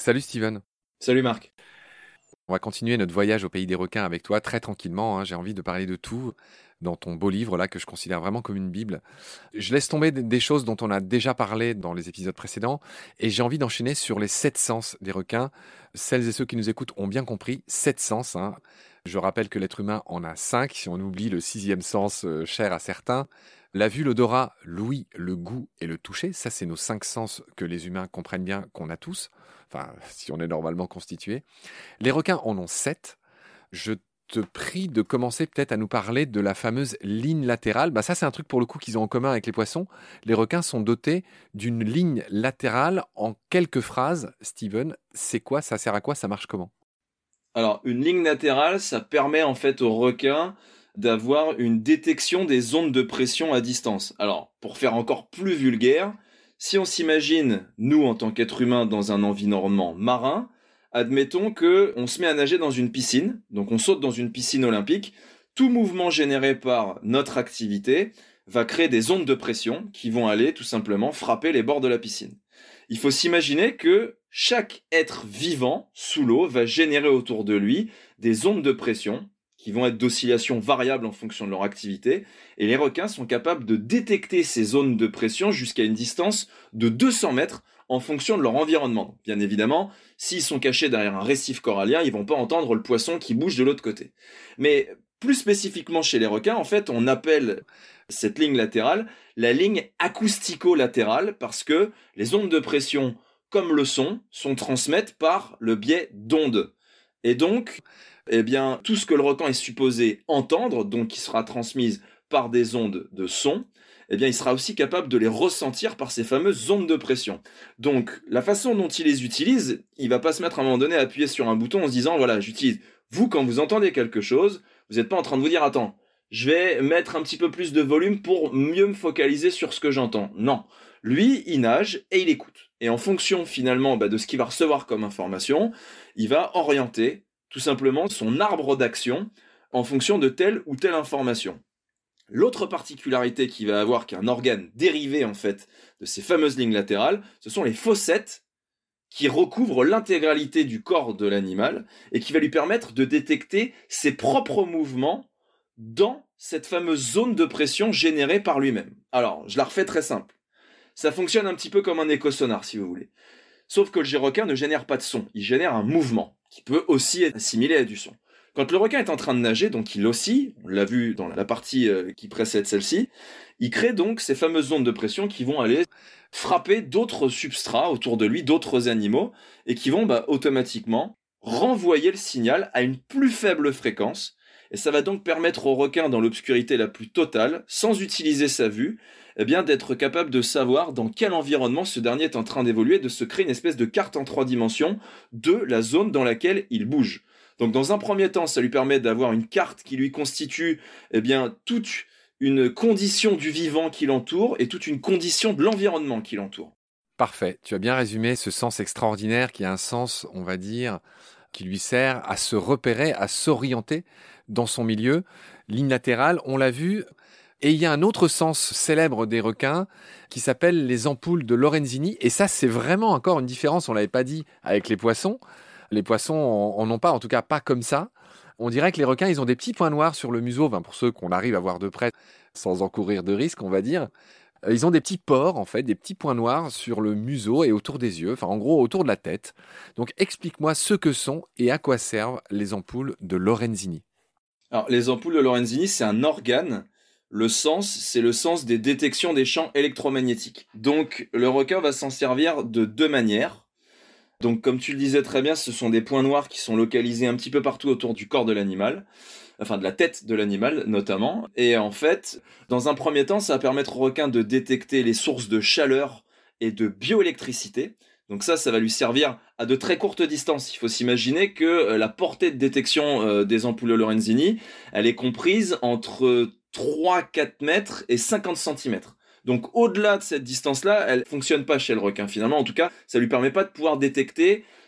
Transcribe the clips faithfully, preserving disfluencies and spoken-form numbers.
Salut Steven. Salut Marc. On va continuer notre voyage au pays des requins avec toi très tranquillement, hein. J'ai envie de parler de tout dans ton beau livre là que je considère vraiment comme une bible. Je laisse tomber des choses dont on a déjà parlé dans les épisodes précédents et j'ai envie d'enchaîner sur les sept sens des requins. Celles et ceux qui nous écoutent ont bien compris, sept sens, hein. Je rappelle que l'être humain en a cinq, si on oublie le sixième sens euh, cher à certains. La vue, l'odorat, l'ouïe, le goût et le toucher, ça c'est nos cinq sens que les humains comprennent bien qu'on a tous, enfin si on est normalement constitué. Les requins en ont sept. Je te prie de commencer peut-être à nous parler de la fameuse ligne latérale. Bah ça, c'est un truc pour le coup qu'ils ont en commun avec les poissons. Les requins sont dotés d'une ligne latérale en quelques phrases. Steven, c'est quoi? Ça sert à quoi? Ça marche comment? Alors, une ligne latérale, ça permet en fait aux requins d'avoir une détection des ondes de pression à distance. Alors, pour faire encore plus vulgaire, si on s'imagine, nous en tant qu'êtres humains, dans un environnement marin, admettons que on se met à nager dans une piscine, donc on saute dans une piscine olympique, tout mouvement généré par notre activité va créer des ondes de pression qui vont aller tout simplement frapper les bords de la piscine. Il faut s'imaginer que chaque être vivant sous l'eau va générer autour de lui des ondes de pression qui vont être d'oscillations variables en fonction de leur activité, et les requins sont capables de détecter ces zones de pression jusqu'à une distance de deux cents mètres en fonction de leur environnement. Bien évidemment, s'ils sont cachés derrière un récif corallien, ils vont pas entendre le poisson qui bouge de l'autre côté. Mais plus spécifiquement chez les requins, en fait, on appelle cette ligne latérale la ligne acoustico-latérale parce que les ondes de pression, comme le son, sont transmises par le biais d'ondes. Et donc, eh bien, tout ce que le requin est supposé entendre, donc qui sera transmise par des ondes de son, eh bien, il sera aussi capable de les ressentir par ces fameuses ondes de pression. Donc, la façon dont il les utilise, il va pas se mettre à un moment donné à appuyer sur un bouton en se disant, voilà, j'utilise. Vous, quand vous entendez quelque chose, vous n'êtes pas en train de vous dire, attends, je vais mettre un petit peu plus de volume pour mieux me focaliser sur ce que j'entends. Non. Lui, il nage et il écoute. Et en fonction, finalement, bah, de ce qu'il va recevoir comme information, il va orienter, tout simplement, son arbre d'action en fonction de telle ou telle information. L'autre particularité qu'il va avoir, qui est un organe dérivé, en fait, de ces fameuses lignes latérales, ce sont les fossettes qui recouvrent l'intégralité du corps de l'animal et qui va lui permettre de détecter ses propres mouvements dans cette fameuse zone de pression générée par lui-même. Alors, je la refais très simple. Ça fonctionne un petit peu comme un écosonar, si vous voulez. Sauf que le requin ne génère pas de son, il génère un mouvement, qui peut aussi être assimilé à du son. Quand le requin est en train de nager, donc il oscille, on l'a vu dans la partie qui précède celle-ci, il crée donc ces fameuses ondes de pression qui vont aller frapper d'autres substrats autour de lui, d'autres animaux, et qui vont bah, automatiquement renvoyer le signal à une plus faible fréquence, et ça va donc permettre au requin, dans l'obscurité la plus totale, sans utiliser sa vue, eh bien, d'être capable de savoir dans quel environnement ce dernier est en train d'évoluer, de se créer une espèce de carte en trois dimensions de la zone dans laquelle il bouge. Donc dans un premier temps, ça lui permet d'avoir une carte qui lui constitue eh bien, toute une condition du vivant qui l'entoure et toute une condition de l'environnement qui l'entoure. Parfait, tu as bien résumé ce sens extraordinaire qui a un sens, on va dire, qui lui sert à se repérer, à s'orienter dans son milieu. Ligne latérale, on l'a vu. Et il y a un autre sens célèbre des requins qui s'appelle les ampoules de Lorenzini. Et ça, c'est vraiment encore une différence, on ne l'avait pas dit avec les poissons. Les poissons en ont pas, en tout cas pas comme ça. On dirait que les requins, ils ont des petits points noirs sur le museau, enfin, pour ceux qu'on arrive à voir de près sans encourir de risque, on va dire. Ils ont des petits pores, en fait, des petits points noirs sur le museau et autour des yeux, enfin en gros autour de la tête. Donc explique-moi ce que sont et à quoi servent les ampoules de Lorenzini. Alors les ampoules de Lorenzini, c'est un organe. Le sens, c'est le sens des détections des champs électromagnétiques. Donc le requin va s'en servir de deux manières. Donc comme tu le disais très bien, ce sont des points noirs qui sont localisés un petit peu partout autour du corps de l'animal, enfin de la tête de l'animal notamment. Et en fait, dans un premier temps, ça va permettre au requin de détecter les sources de chaleur et de bioélectricité. Donc ça, ça va lui servir à de très courtes distances. Il faut s'imaginer que la portée de détection des ampoules de Lorenzini, elle est comprise entre trois à quatre mètres et cinquante centimètres. Donc au-delà de cette distance-là, elle fonctionne pas chez le requin finalement. En tout cas, ça lui permet pas de pouvoir détecter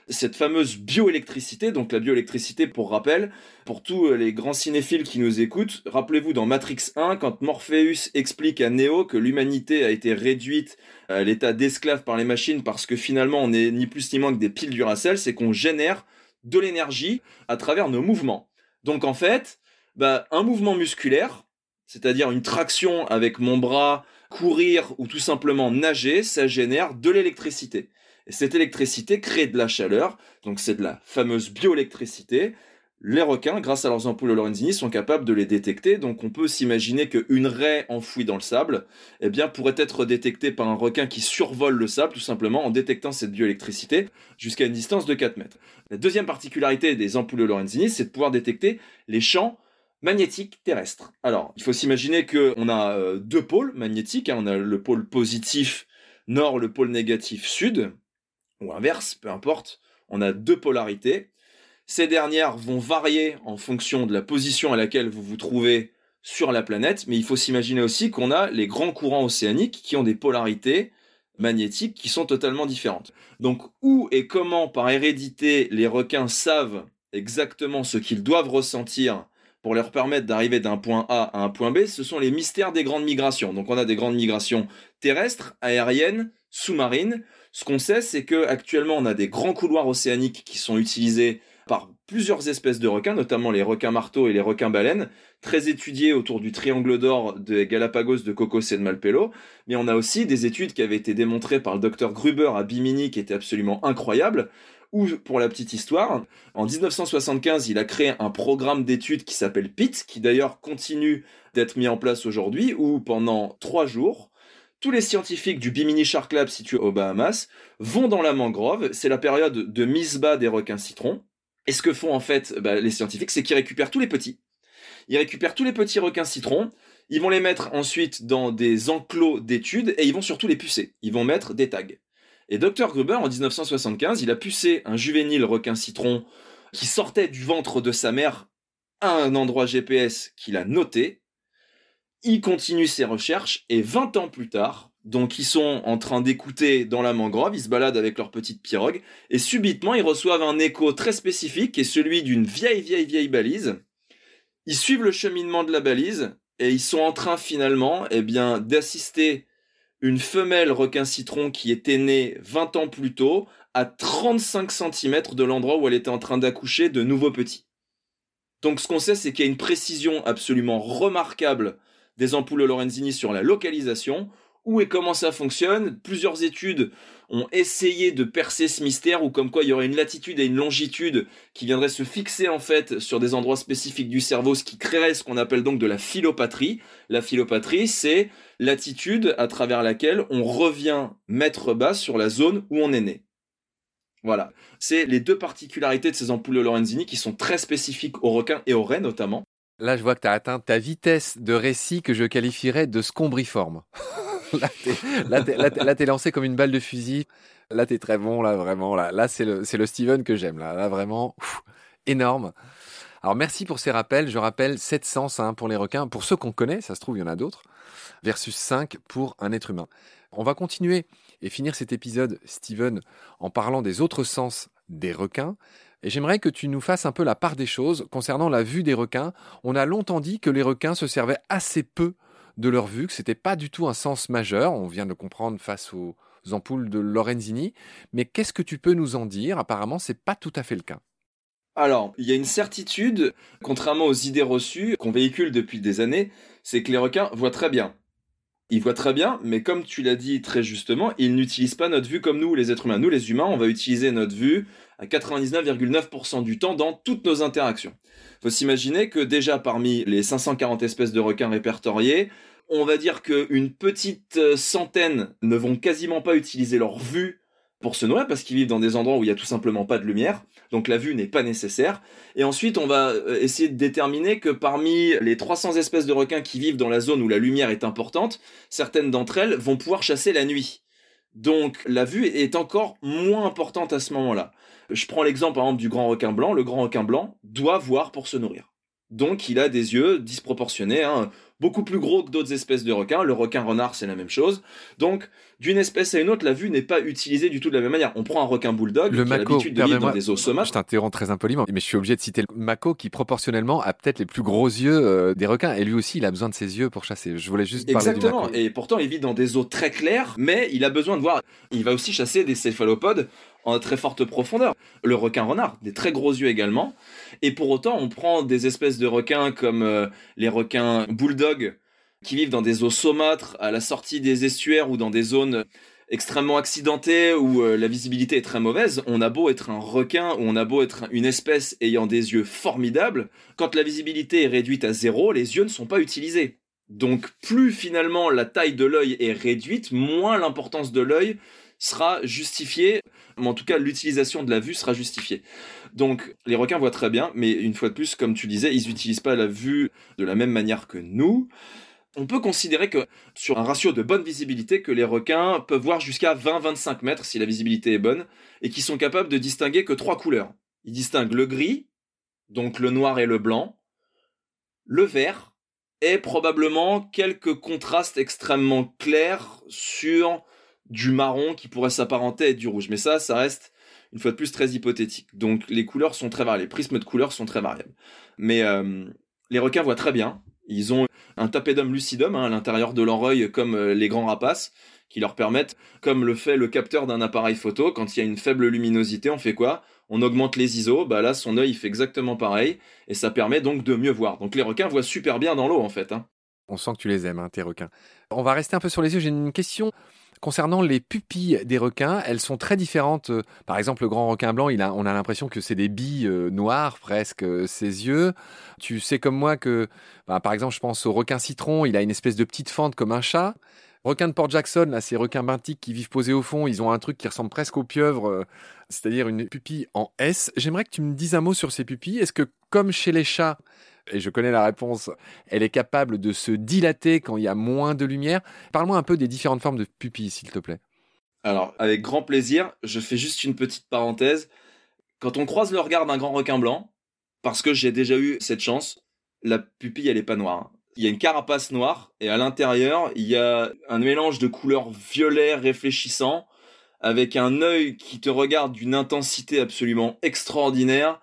cette fameuse bioélectricité. Donc la bioélectricité, pour rappel, pour tous les grands cinéphiles qui nous écoutent, rappelez-vous dans Matrix un, quand Morpheus explique à Neo que l'humanité a été réduite à l'état d'esclave par les machines parce que finalement on n'est ni plus ni moins que des piles Duracell, c'est qu'on génère de l'énergie à travers nos mouvements. Donc en fait, bah, un mouvement musculaire, c'est-à-dire une traction avec mon bras, courir ou tout simplement nager, ça génère de l'électricité. Et cette électricité crée de la chaleur, donc c'est de la fameuse bioélectricité. Les requins, grâce à leurs ampoules Lorenzini, sont capables de les détecter, donc on peut s'imaginer qu'une raie enfouie dans le sable, eh bien, pourrait être détectée par un requin qui survole le sable, tout simplement en détectant cette bioélectricité jusqu'à une distance de quatre mètres. La deuxième particularité des ampoules Lorenzini, c'est de pouvoir détecter les champs magnétique terrestre. Alors, il faut s'imaginer qu'on a euh, deux pôles magnétiques, hein. On a le pôle positif nord, le pôle négatif sud, ou inverse, peu importe. On a deux polarités. Ces dernières vont varier en fonction de la position à laquelle vous vous trouvez sur la planète, mais il faut s'imaginer aussi qu'on a les grands courants océaniques qui ont des polarités magnétiques qui sont totalement différentes. Donc, où et comment, par hérédité, les requins savent exactement ce qu'ils doivent ressentir pour leur permettre d'arriver d'un point A à un point B, ce sont les mystères des grandes migrations. Donc on a des grandes migrations terrestres, aériennes, sous-marines. Ce qu'on sait, c'est qu'actuellement on a des grands couloirs océaniques qui sont utilisés par plusieurs espèces de requins, notamment les requins marteaux et les requins baleines, très étudiés autour du triangle d'or des Galapagos de Cocos et de Malpelo. Mais on a aussi des études qui avaient été démontrées par le docteur Gruber à Bimini qui étaient absolument incroyables. Ou, pour la petite histoire, en dix-neuf cent soixante-quinze, il a créé un programme d'études qui s'appelle P I T, qui d'ailleurs continue d'être mis en place aujourd'hui, où pendant trois jours, tous les scientifiques du Bimini Shark Lab situé aux Bahamas vont dans la mangrove. C'est la période de mise bas des requins citrons. Et ce que font en fait bah, les scientifiques, c'est qu'ils récupèrent tous les petits. Ils récupèrent tous les petits requins citrons, ils vont les mettre ensuite dans des enclos d'études et ils vont surtout les pucer. Ils vont mettre des tags. Et docteur Gruber, en dix-neuf cent soixante-quinze, il a pucé un juvénile requin citron qui sortait du ventre de sa mère à un endroit G P S qu'il a noté. Il continue ses recherches et vingt ans plus tard, donc ils sont en train d'écouter dans la mangrove, ils se baladent avec leur petite pirogue et subitement ils reçoivent un écho très spécifique qui est celui d'une vieille vieille vieille balise. Ils suivent le cheminement de la balise et ils sont en train finalement eh bien, d'assister une femelle requin citron qui était née vingt ans plus tôt à trente-cinq centimètres de l'endroit où elle était en train d'accoucher de nouveaux petits. Donc ce qu'on sait, c'est qu'il y a une précision absolument remarquable des ampoules Lorenzini sur la localisation, où et comment ça fonctionne. Plusieurs études ont essayé de percer ce mystère, ou comme quoi il y aurait une latitude et une longitude qui viendraient se fixer en fait sur des endroits spécifiques du cerveau, ce qui créerait ce qu'on appelle donc de la philopatrie. La philopatrie, c'est l'attitude à travers laquelle on revient mettre bas sur la zone où on est né. Voilà, c'est les deux particularités de ces ampoules Lorenzini qui sont très spécifiques aux requins et aux raies notamment. Là, je vois que tu as atteint ta vitesse de récit que je qualifierais de scombriforme. Là, t'es, là, t'es, là, t'es, là, t'es lancé comme une balle de fusil. Là, t'es très bon, là, vraiment. Là, là c'est, le, c'est le Steven que j'aime. Là, là vraiment, ouf, énorme. Alors, merci pour ces rappels. Je rappelle sept sens hein, pour les requins. Pour ceux qu'on connaît, ça se trouve, il y en a d'autres, versus cinq pour un être humain. On va continuer et finir cet épisode, Steven, en parlant des autres sens des requins. Et j'aimerais que tu nous fasses un peu la part des choses concernant la vue des requins. On a longtemps dit que les requins se servaient assez peu de leur vue, que ce n'était pas du tout un sens majeur. On vient de le comprendre face aux ampoules de Lorenzini. Mais qu'est-ce que tu peux nous en dire ? Apparemment, ce n'est pas tout à fait le cas. Alors, il y a une certitude, contrairement aux idées reçues qu'on véhicule depuis des années, c'est que les requins voient très bien. Ils voient très bien, mais comme tu l'as dit très justement, ils n'utilisent pas notre vue comme nous, les êtres humains. Nous, les humains, on va utiliser notre vue à quatre-vingt-dix-neuf virgule neuf pour cent du temps dans toutes nos interactions. Il faut s'imaginer que déjà parmi les cinq cent quarante espèces de requins répertoriées, on va dire qu'une petite centaine ne vont quasiment pas utiliser leur vue pour se nourrir parce qu'ils vivent dans des endroits où il n'y a tout simplement pas de lumière, donc la vue n'est pas nécessaire. Et ensuite, on va essayer de déterminer que parmi les trois cents espèces de requins qui vivent dans la zone où la lumière est importante, certaines d'entre elles vont pouvoir chasser la nuit. Donc la vue est encore moins importante à ce moment-là. Je prends l'exemple par exemple du grand requin blanc. Le grand requin blanc doit voir pour se nourrir. Donc il a des yeux disproportionnés, hein. beaucoup plus gros que d'autres espèces de requins. Le requin-renard, c'est la même chose. Donc, d'une espèce à une autre, la vue n'est pas utilisée du tout de la même manière. On prend un requin bulldog Le qui a mako, l'habitude de vivre dans permets-moi, des eaux saumâtres. je t'interromps très impoliment, mais je suis obligé de citer le mako qui proportionnellement a peut-être les plus gros yeux euh, des requins. Et lui aussi, il a besoin de ses yeux pour chasser. Je voulais juste parler du Exactement. mako. Et pourtant, il vit dans des eaux très claires, mais il a besoin de voir. Il va aussi chasser des céphalopodes en très forte profondeur. Le requin-renard, des très gros yeux également. Et pour autant, on prend des espèces de requins comme euh, les requins bulldog qui vivent dans des eaux saumâtres, à la sortie des estuaires ou dans des zones extrêmement accidentées où euh, la visibilité est très mauvaise. On a beau être un requin ou on a beau être une espèce ayant des yeux formidables, quand la visibilité est réduite à zéro, les yeux ne sont pas utilisés. Donc plus finalement la taille de l'œil est réduite, moins l'importance de l'œil sera justifiée, mais en tout cas l'utilisation de la vue sera justifiée. Donc les requins voient très bien, mais une fois de plus, comme tu disais, ils n'utilisent pas la vue de la même manière que nous. On peut considérer que sur un ratio de bonne visibilité, que les requins peuvent voir jusqu'à vingt à vingt-cinq mètres si la visibilité est bonne, et qu'ils sont capables de distinguer que trois couleurs. Ils distinguent le gris, donc le noir et le blanc, le vert, et probablement quelques contrastes extrêmement clairs sur du marron qui pourrait s'apparenter à du rouge. Mais ça, ça reste une fois de plus très hypothétique. Donc les couleurs sont très variables, les prismes de couleurs sont très variables. Mais euh, les requins voient très bien. Ils ont un tapetum lucidum hein, à l'intérieur de leur œil comme euh, les grands rapaces qui leur permettent, comme le fait le capteur d'un appareil photo, quand il y a une faible luminosité, on fait quoi ? On augmente les I S O, bah là son œil fait exactement pareil et ça permet donc de mieux voir. Donc les requins voient super bien dans l'eau en fait. Hein. On sent que tu les aimes, hein, tes requins. On va rester un peu sur les yeux. J'ai une question concernant les pupilles des requins. Elles sont très différentes. Par exemple, le grand requin blanc, il a, on a l'impression que c'est des billes euh, noires presque, euh, ses yeux. Tu sais comme moi que, bah, par exemple, je pense au requin citron, il a une espèce de petite fente comme un chat. Requin de Port Jackson, là, ces requins benthiques qui vivent posés au fond, ils ont un truc qui ressemble presque aux pieuvres, euh, c'est-à-dire une pupille en S. J'aimerais que tu me dises un mot sur ces pupilles. Est-ce que, comme chez les chats, et je connais la réponse, elle est capable de se dilater quand il y a moins de lumière? Parle-moi un peu des différentes formes de pupilles, s'il te plaît. Alors, avec grand plaisir, je fais juste une petite parenthèse. Quand on croise le regard d'un grand requin blanc, parce que j'ai déjà eu cette chance, la pupille, elle est pas noire. Il y a une carapace noire, et à l'intérieur, il y a un mélange de couleurs violet réfléchissant, avec un œil qui te regarde d'une intensité absolument extraordinaire.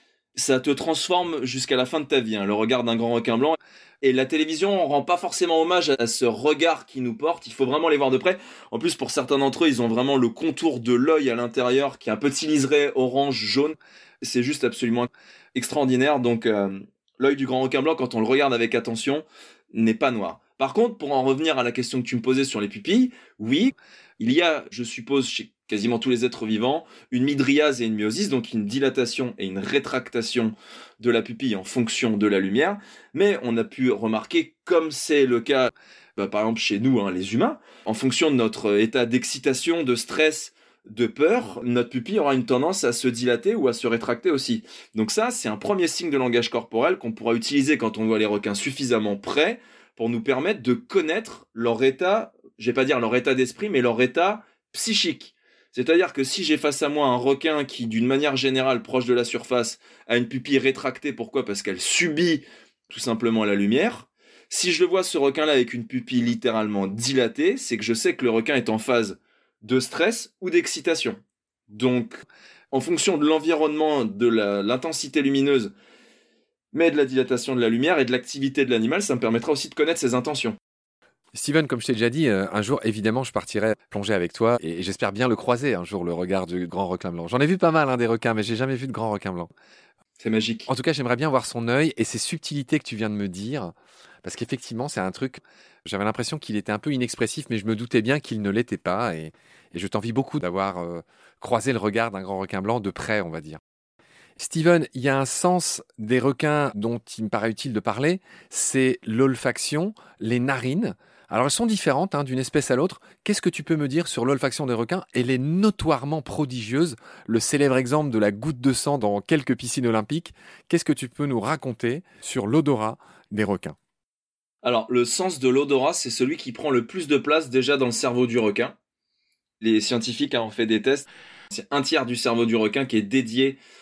Ça te transforme jusqu'à la fin de ta vie, hein, le regard d'un grand requin blanc. Et la télévision rend pas forcément hommage à ce regard qui nous porte. Il faut vraiment les voir de près. En plus, pour certains d'entre eux, ils ont vraiment le contour de l'œil à l'intérieur, qui est un petit liseré orange, jaune. C'est juste absolument extraordinaire. Donc, euh, l'œil du grand requin blanc, quand on le regarde avec attention, n'est pas noir. Par contre, pour en revenir à la question que tu me posais sur les pupilles, oui, il y a, je suppose, chez quasiment tous les êtres vivants, une mydriase et une myosis, donc une dilatation et une rétractation de la pupille en fonction de la lumière. Mais on a pu remarquer, comme c'est le cas, bah, par exemple chez nous, hein, les humains, en fonction de notre état d'excitation, de stress, de peur, notre pupille aura une tendance à se dilater ou à se rétracter aussi. Donc ça, c'est un premier signe de langage corporel qu'on pourra utiliser quand on voit les requins suffisamment près pour nous permettre de connaître leur état, je vais pas dire leur état d'esprit, mais leur état psychique. C'est-à-dire que si j'ai face à moi un requin qui, d'une manière générale, proche de la surface, a une pupille rétractée, pourquoi ? Parce qu'elle subit tout simplement la lumière. Si je le vois, ce requin-là, avec une pupille littéralement dilatée, c'est que je sais que le requin est en phase de stress ou d'excitation. Donc, en fonction de l'environnement, de la, l'intensité lumineuse, mais de la dilatation de la lumière et de l'activité de l'animal, ça me permettra aussi de connaître ses intentions. Steven, comme je t'ai déjà dit, euh, un jour, évidemment, je partirai plonger avec toi et, et j'espère bien le croiser un jour, le regard du grand requin blanc. J'en ai vu pas mal, hein, des requins, mais j'ai jamais vu de grand requin blanc. C'est magique. En tout cas, j'aimerais bien voir son œil et ces subtilités que tu viens de me dire, parce qu'effectivement, c'est un truc, j'avais l'impression qu'il était un peu inexpressif, mais je me doutais bien qu'il ne l'était pas et, et je t'envie beaucoup d'avoir euh, croisé le regard d'un grand requin blanc de près, on va dire. Steven, il y a un sens des requins dont il me paraît utile de parler, c'est l'olfaction, les narines. Alors elles sont différentes hein, d'une espèce à l'autre. Qu'est-ce que tu peux me dire sur l'olfaction des requins ? Elle est notoirement prodigieuse. Le célèbre exemple de la goutte de sang dans quelques piscines olympiques. Qu'est-ce que tu peux nous raconter sur l'odorat des requins ? Alors, le sens de l'odorat, c'est celui qui prend le plus de place déjà dans le cerveau du requin. Les scientifiques ont fait des tests. C'est un tiers du cerveau du requin qui est dédié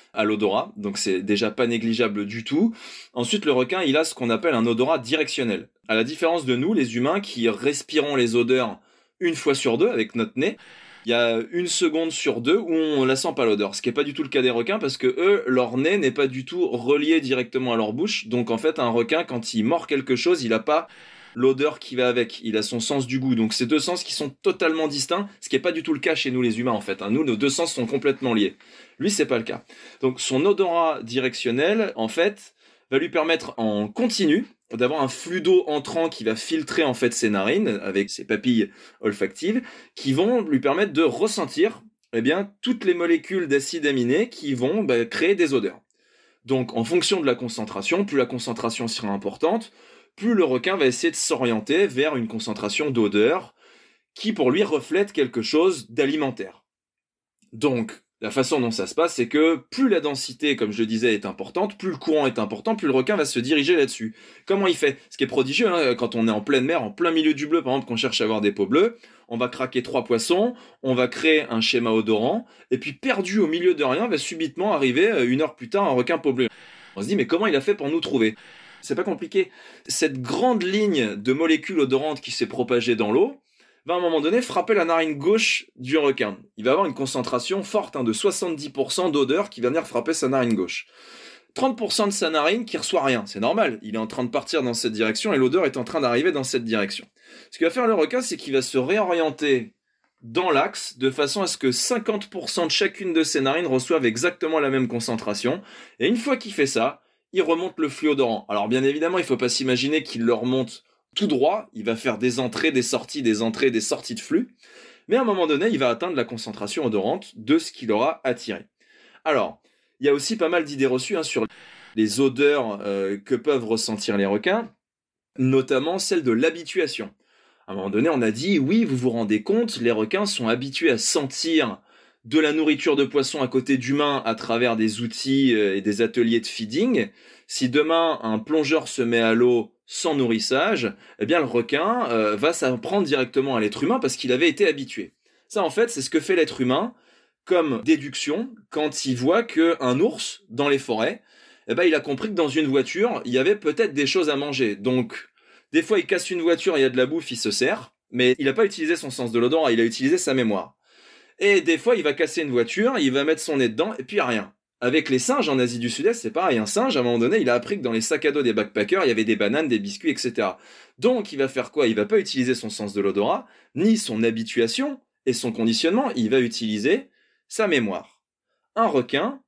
à l'odorat, donc c'est déjà pas négligeable du tout. Ensuite, le requin, il a ce qu'on appelle un odorat directionnel. À la différence de nous, les humains, qui respirons les odeurs une fois sur deux avec notre nez, il y a une seconde sur deux où on la sent pas l'odeur, ce qui est pas du tout le cas des requins parce que eux, leur nez n'est pas du tout relié directement à leur bouche. Donc en fait, un requin, quand il mord quelque chose, il a pas l'odeur qui va avec, il a son sens du goût. Donc ces deux sens qui sont totalement distincts, ce qui est pas du tout le cas chez nous les humains en fait. Nous, nos deux sens sont complètement liés. Lui, c'est pas le cas. Donc son odorat directionnel, en fait, va lui permettre en continu d'avoir un flux d'eau entrant qui va filtrer en fait ses narines avec ses papilles olfactives qui vont lui permettre de ressentir eh bien, toutes les molécules d'acides aminés qui vont bah, créer des odeurs. Donc en fonction de la concentration, plus la concentration sera importante, plus le requin va essayer de s'orienter vers une concentration d'odeur qui pour lui reflète quelque chose d'alimentaire. Donc la façon dont ça se passe, c'est que plus la densité, comme je le disais, est importante, plus le courant est important, plus le requin va se diriger là-dessus. Comment il fait ? Ce qui est prodigieux, hein, quand on est en pleine mer, en plein milieu du bleu, par exemple, qu'on cherche à avoir des peaux bleues, on va craquer trois poissons, on va créer un schéma odorant, et puis perdu au milieu de rien, va subitement arriver, une heure plus tard, un requin peau bleue. On se dit, mais comment il a fait pour nous trouver ? C'est pas compliqué. Cette grande ligne de molécules odorantes qui s'est propagée dans l'eau, va à un moment donné frapper la narine gauche du requin. Il va avoir une concentration forte hein, de soixante-dix pour cent d'odeur qui va venir frapper sa narine gauche. trente pour cent de sa narine qui reçoit rien, c'est normal, il est en train de partir dans cette direction et l'odeur est en train d'arriver dans cette direction. Ce qu'il va faire le requin, c'est qu'il va se réorienter dans l'axe de façon à ce que cinquante pour cent de chacune de ses narines reçoivent exactement la même concentration. Et une fois qu'il fait ça, il remonte le flux odorant. Alors bien évidemment, il ne faut pas s'imaginer qu'il le remonte tout droit, il va faire des entrées, des sorties, des entrées, des sorties de flux, mais à un moment donné, il va atteindre la concentration odorante de ce qu'il aura attiré. Alors, il y a aussi pas mal d'idées reçues hein, sur les odeurs euh, que peuvent ressentir les requins, notamment celle de l'habituation. À un moment donné, on a dit, oui, vous vous rendez compte, les requins sont habitués à sentir de la nourriture de poisson à côté d'humains à travers des outils euh, et des ateliers de feeding. Si demain, un plongeur se met à l'eau sans nourrissage, eh bien le requin euh, va s'en prendre directement à l'être humain parce qu'il avait été habitué. Ça, en fait, c'est ce que fait l'être humain comme déduction quand il voit qu'un ours dans les forêts, eh ben, il a compris que dans une voiture, il y avait peut-être des choses à manger. Donc, des fois, il casse une voiture, il y a de la bouffe, il se sert, mais il n'a pas utilisé son sens de l'odorat, il a utilisé sa mémoire. Et des fois, il va casser une voiture, il va mettre son nez dedans, et puis il n'y a rien. Avec les singes en Asie du Sud-Est, c'est pareil. Un singe, à un moment donné, il a appris que dans les sacs à dos des backpackers, il y avait des bananes, des biscuits, et cetera. Donc, il va faire quoi ? Il va pas utiliser son sens de l'odorat, ni son habituation et son conditionnement. Il va utiliser sa mémoire. Un requin,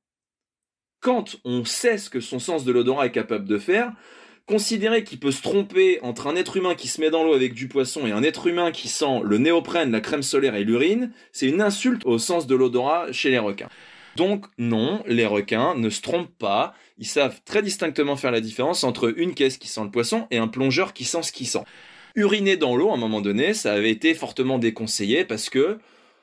quand on sait ce que son sens de l'odorat est capable de faire, considérer qu'il peut se tromper entre un être humain qui se met dans l'eau avec du poisson et un être humain qui sent le néoprène, la crème solaire et l'urine, c'est une insulte au sens de l'odorat chez les requins. Donc non, les requins ne se trompent pas, ils savent très distinctement faire la différence entre une caisse qui sent le poisson et un plongeur qui sent ce qu'il sent. Uriner dans l'eau, à un moment donné, ça avait été fortement déconseillé parce que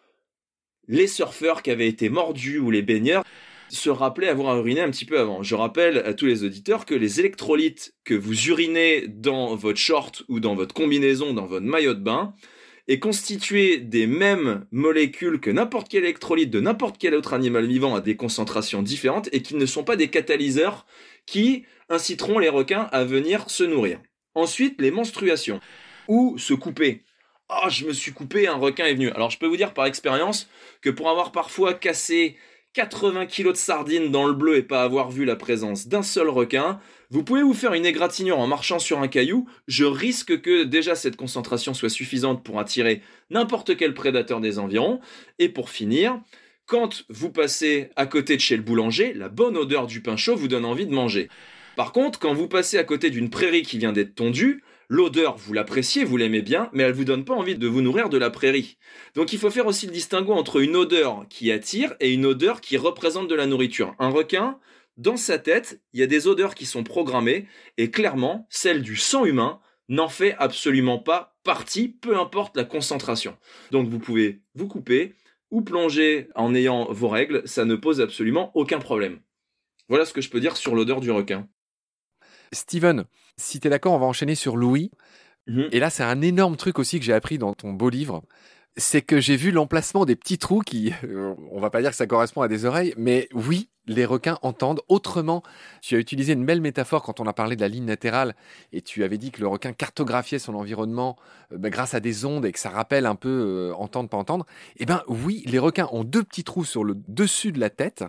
les surfeurs qui avaient été mordus ou les baigneurs se rappelaient avoir uriné un petit peu avant. Je rappelle à tous les auditeurs que les électrolytes que vous urinez dans votre short ou dans votre combinaison, dans votre maillot de bain, est constitué des mêmes molécules que n'importe quel électrolyte de n'importe quel autre animal vivant à des concentrations différentes et qui ne sont pas des catalyseurs qui inciteront les requins à venir se nourrir. Ensuite, les menstruations ou se couper. Ah, oh, je me suis coupé, un requin est venu. Alors je peux vous dire par expérience que pour avoir parfois cassé quatre-vingts kilos de sardines dans le bleu et pas avoir vu la présence d'un seul requin, vous pouvez vous faire une égratignure en marchant sur un caillou, je risque que déjà cette concentration soit suffisante pour attirer n'importe quel prédateur des environs, et pour finir, quand vous passez à côté de chez le boulanger, la bonne odeur du pain chaud vous donne envie de manger. Par contre, quand vous passez à côté d'une prairie qui vient d'être tondue, l'odeur, vous l'appréciez, vous l'aimez bien, mais elle vous donne pas envie de vous nourrir de la prairie. Donc il faut faire aussi le distinguo entre une odeur qui attire et une odeur qui représente de la nourriture. Un requin, dans sa tête, il y a des odeurs qui sont programmées, et clairement, celle du sang humain n'en fait absolument pas partie, peu importe la concentration. Donc vous pouvez vous couper ou plonger en ayant vos règles, ça ne pose absolument aucun problème. Voilà ce que je peux dire sur l'odeur du requin. Steven, si tu es d'accord, on va enchaîner sur Louis. Mmh. Et là, c'est un énorme truc aussi que j'ai appris dans ton beau livre. c'est que j'ai vu l'emplacement des petits trous qui, euh, on va pas dire que ça correspond à des oreilles, mais oui, les requins entendent autrement. Tu as utilisé une belle métaphore quand on a parlé de la ligne latérale et tu avais dit que le requin cartographiait son environnement euh, bah, grâce à des ondes et que ça rappelle un peu euh, entendre, pas entendre. Eh ben oui, les requins ont deux petits trous sur le dessus de la tête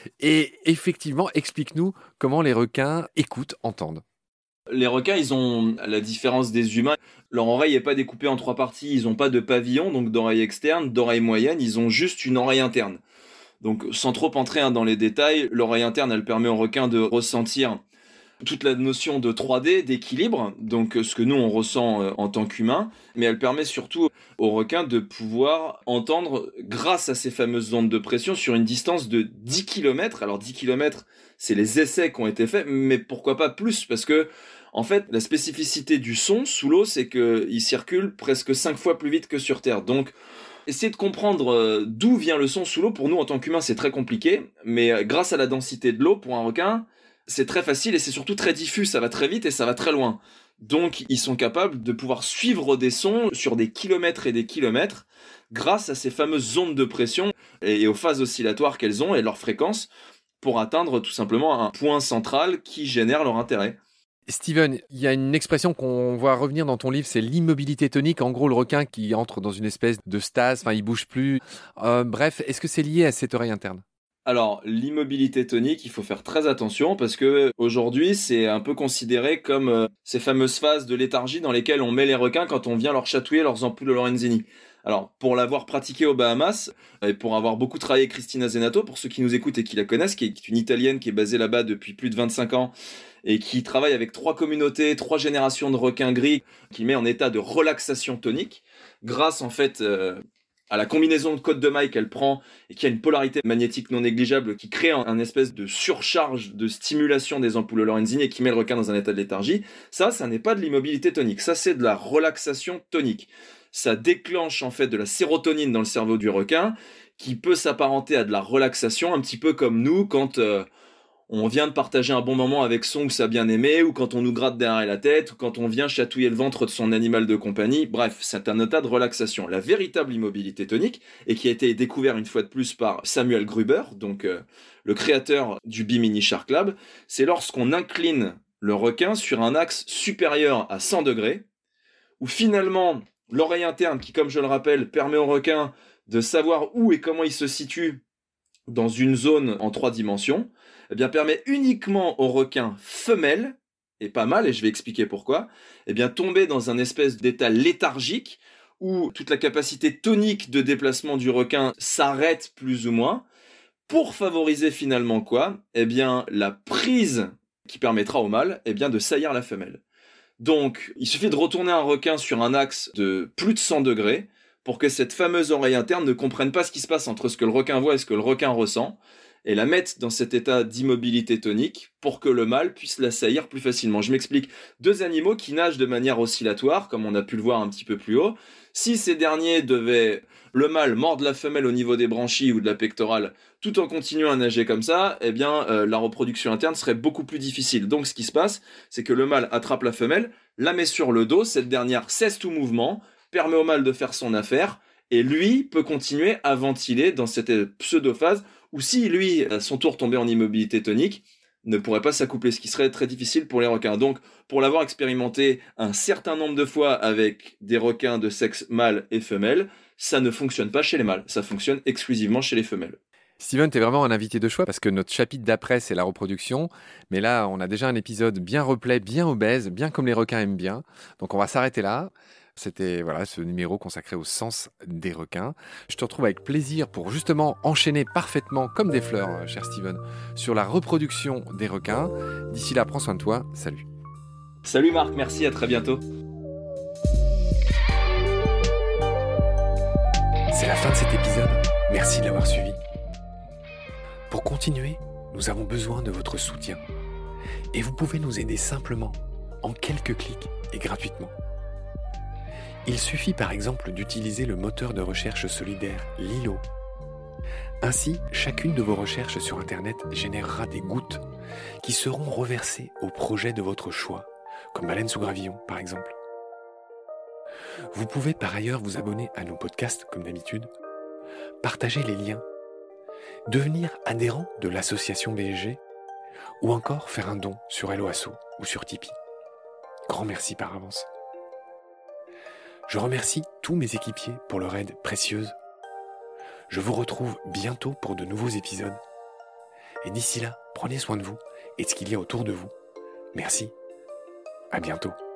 et effectivement, explique-nous comment les requins écoutent, entendent. Les requins, ils ont, à la différence des humains, leur oreille n'est pas découpée en trois parties. Ils n'ont pas de pavillon, donc d'oreille externe, d'oreille moyenne. Ils ont juste une oreille interne. Donc, sans trop entrer hein, dans les détails, l'oreille interne, elle permet au requin de ressentir toute la notion de trois D, d'équilibre, donc ce que nous, on ressent euh, en tant qu'humain, mais elle permet surtout au requin de pouvoir entendre, grâce à ces fameuses ondes de pression, sur une distance de dix kilomètres. Alors, dix kilomètres, c'est les essais qui ont été faits, mais pourquoi pas plus, parce que en fait, la spécificité du son sous l'eau, c'est qu'il circule presque cinq fois plus vite que sur Terre. Donc, essayer de comprendre euh, d'où vient le son sous l'eau, pour nous, en tant qu'humains, c'est très compliqué. Mais euh, grâce à la densité de l'eau, pour un requin, c'est très facile et c'est surtout très diffus. Ça va très vite et ça va très loin. Donc, ils sont capables de pouvoir suivre des sons sur des kilomètres et des kilomètres grâce à ces fameuses ondes de pression et aux phases oscillatoires qu'elles ont et leurs fréquences pour atteindre tout simplement un point central qui génère leur intérêt. Steven, il y a une expression qu'on voit revenir dans ton livre, c'est l'immobilité tonique. En gros, le requin qui entre dans une espèce de stase, enfin, il bouge plus. Euh, bref, est-ce que c'est lié à cette oreille interne ? Alors, l'immobilité tonique, il faut faire très attention parce que aujourd'hui, c'est un peu considéré comme euh, ces fameuses phases de léthargie dans lesquelles on met les requins quand on vient leur chatouiller leurs ampoules de Lorenzini. Alors, pour l'avoir pratiqué aux Bahamas, et pour avoir beaucoup travaillé avec Cristina Zenato, pour ceux qui nous écoutent et qui la connaissent, qui est une Italienne qui est basée là-bas depuis plus de vingt-cinq ans, et qui travaille avec trois communautés, trois générations de requins gris, qui met en état de relaxation tonique, grâce en fait euh, à la combinaison de codes de maille qu'elle prend, et qui a une polarité magnétique non négligeable, qui crée un, un espèce de surcharge de stimulation des ampoules de Lorenzini, et qui met le requin dans un état de léthargie. Ça, ça n'est pas de l'immobilité tonique, ça c'est de la relaxation tonique. Ça déclenche en fait de la sérotonine dans le cerveau du requin, qui peut s'apparenter à de la relaxation, un petit peu comme nous quand euh, on vient de partager un bon moment avec son ou sa bien-aimée, ou quand on nous gratte derrière la tête, ou quand on vient chatouiller le ventre de son animal de compagnie. Bref, c'est un état de relaxation. La véritable immobilité tonique, et qui a été découvert une fois de plus par Samuel Gruber, donc euh, le créateur du Bimini Shark Lab, c'est lorsqu'on incline le requin sur un axe supérieur à cent degrés, où finalement l'oreille interne, qui comme je le rappelle, permet au requin de savoir où et comment il se situe dans une zone en trois dimensions, eh bien, permet uniquement au requin femelle, et pas mal, et je vais expliquer pourquoi, eh bien, tomber dans un espèce d'état léthargique où toute la capacité tonique de déplacement du requin s'arrête plus ou moins, pour favoriser finalement quoi ? Eh bien, la prise qui permettra au mâle eh bien, de saillir la femelle. Donc, il suffit de retourner un requin sur un axe de plus de cent degrés pour que cette fameuse oreille interne ne comprenne pas ce qui se passe entre ce que le requin voit et ce que le requin ressent, et la mettre dans cet état d'immobilité tonique pour que le mâle puisse l'assaillir plus facilement. Je m'explique. Deux animaux qui nagent de manière oscillatoire, comme on a pu le voir un petit peu plus haut. Si ces derniers devaient, le mâle, mordre la femelle au niveau des branchies ou de la pectorale, tout en continuant à nager comme ça, eh bien, euh, la reproduction interne serait beaucoup plus difficile. Donc, ce qui se passe, c'est que le mâle attrape la femelle, la met sur le dos, cette dernière cesse tout mouvement, permet au mâle de faire son affaire, et lui peut continuer à ventiler dans cette pseudophase, ou si lui, à son tour, tombait en immobilité tonique, ne pourrait pas s'accoupler, ce qui serait très difficile pour les requins. Donc, pour l'avoir expérimenté un certain nombre de fois avec des requins de sexe mâle et femelle, ça ne fonctionne pas chez les mâles, ça fonctionne exclusivement chez les femelles. Steven, tu es vraiment un invité de choix parce que notre chapitre d'après, c'est la reproduction. Mais là, on a déjà un épisode bien replet, bien obèse, bien comme les requins aiment bien. Donc, on va s'arrêter là. C'était voilà ce numéro consacré au sens des requins. Je te retrouve avec plaisir pour justement enchaîner parfaitement, comme des fleurs, cher Steven, sur la reproduction des requins. D'ici là, prends soin de toi. Salut. Salut Marc, merci, à très bientôt. C'est la fin de cet épisode. Merci de l'avoir suivi. Pour continuer, nous avons besoin de votre soutien. Et vous pouvez nous aider simplement, en quelques clics et gratuitement. Il suffit par exemple d'utiliser le moteur de recherche solidaire Lilo. Ainsi, chacune de vos recherches sur Internet générera des gouttes qui seront reversées au projet de votre choix, comme Baleine sous gravillon par exemple. Vous pouvez par ailleurs vous abonner à nos podcasts comme d'habitude, partager les liens, devenir adhérent de l'association B S G ou encore faire un don sur Helloasso ou sur Tipeee. Grand merci par avance. Je remercie tous mes équipiers pour leur aide précieuse. Je vous retrouve bientôt pour de nouveaux épisodes. Et d'ici là, prenez soin de vous et de ce qu'il y a autour de vous. Merci. À bientôt.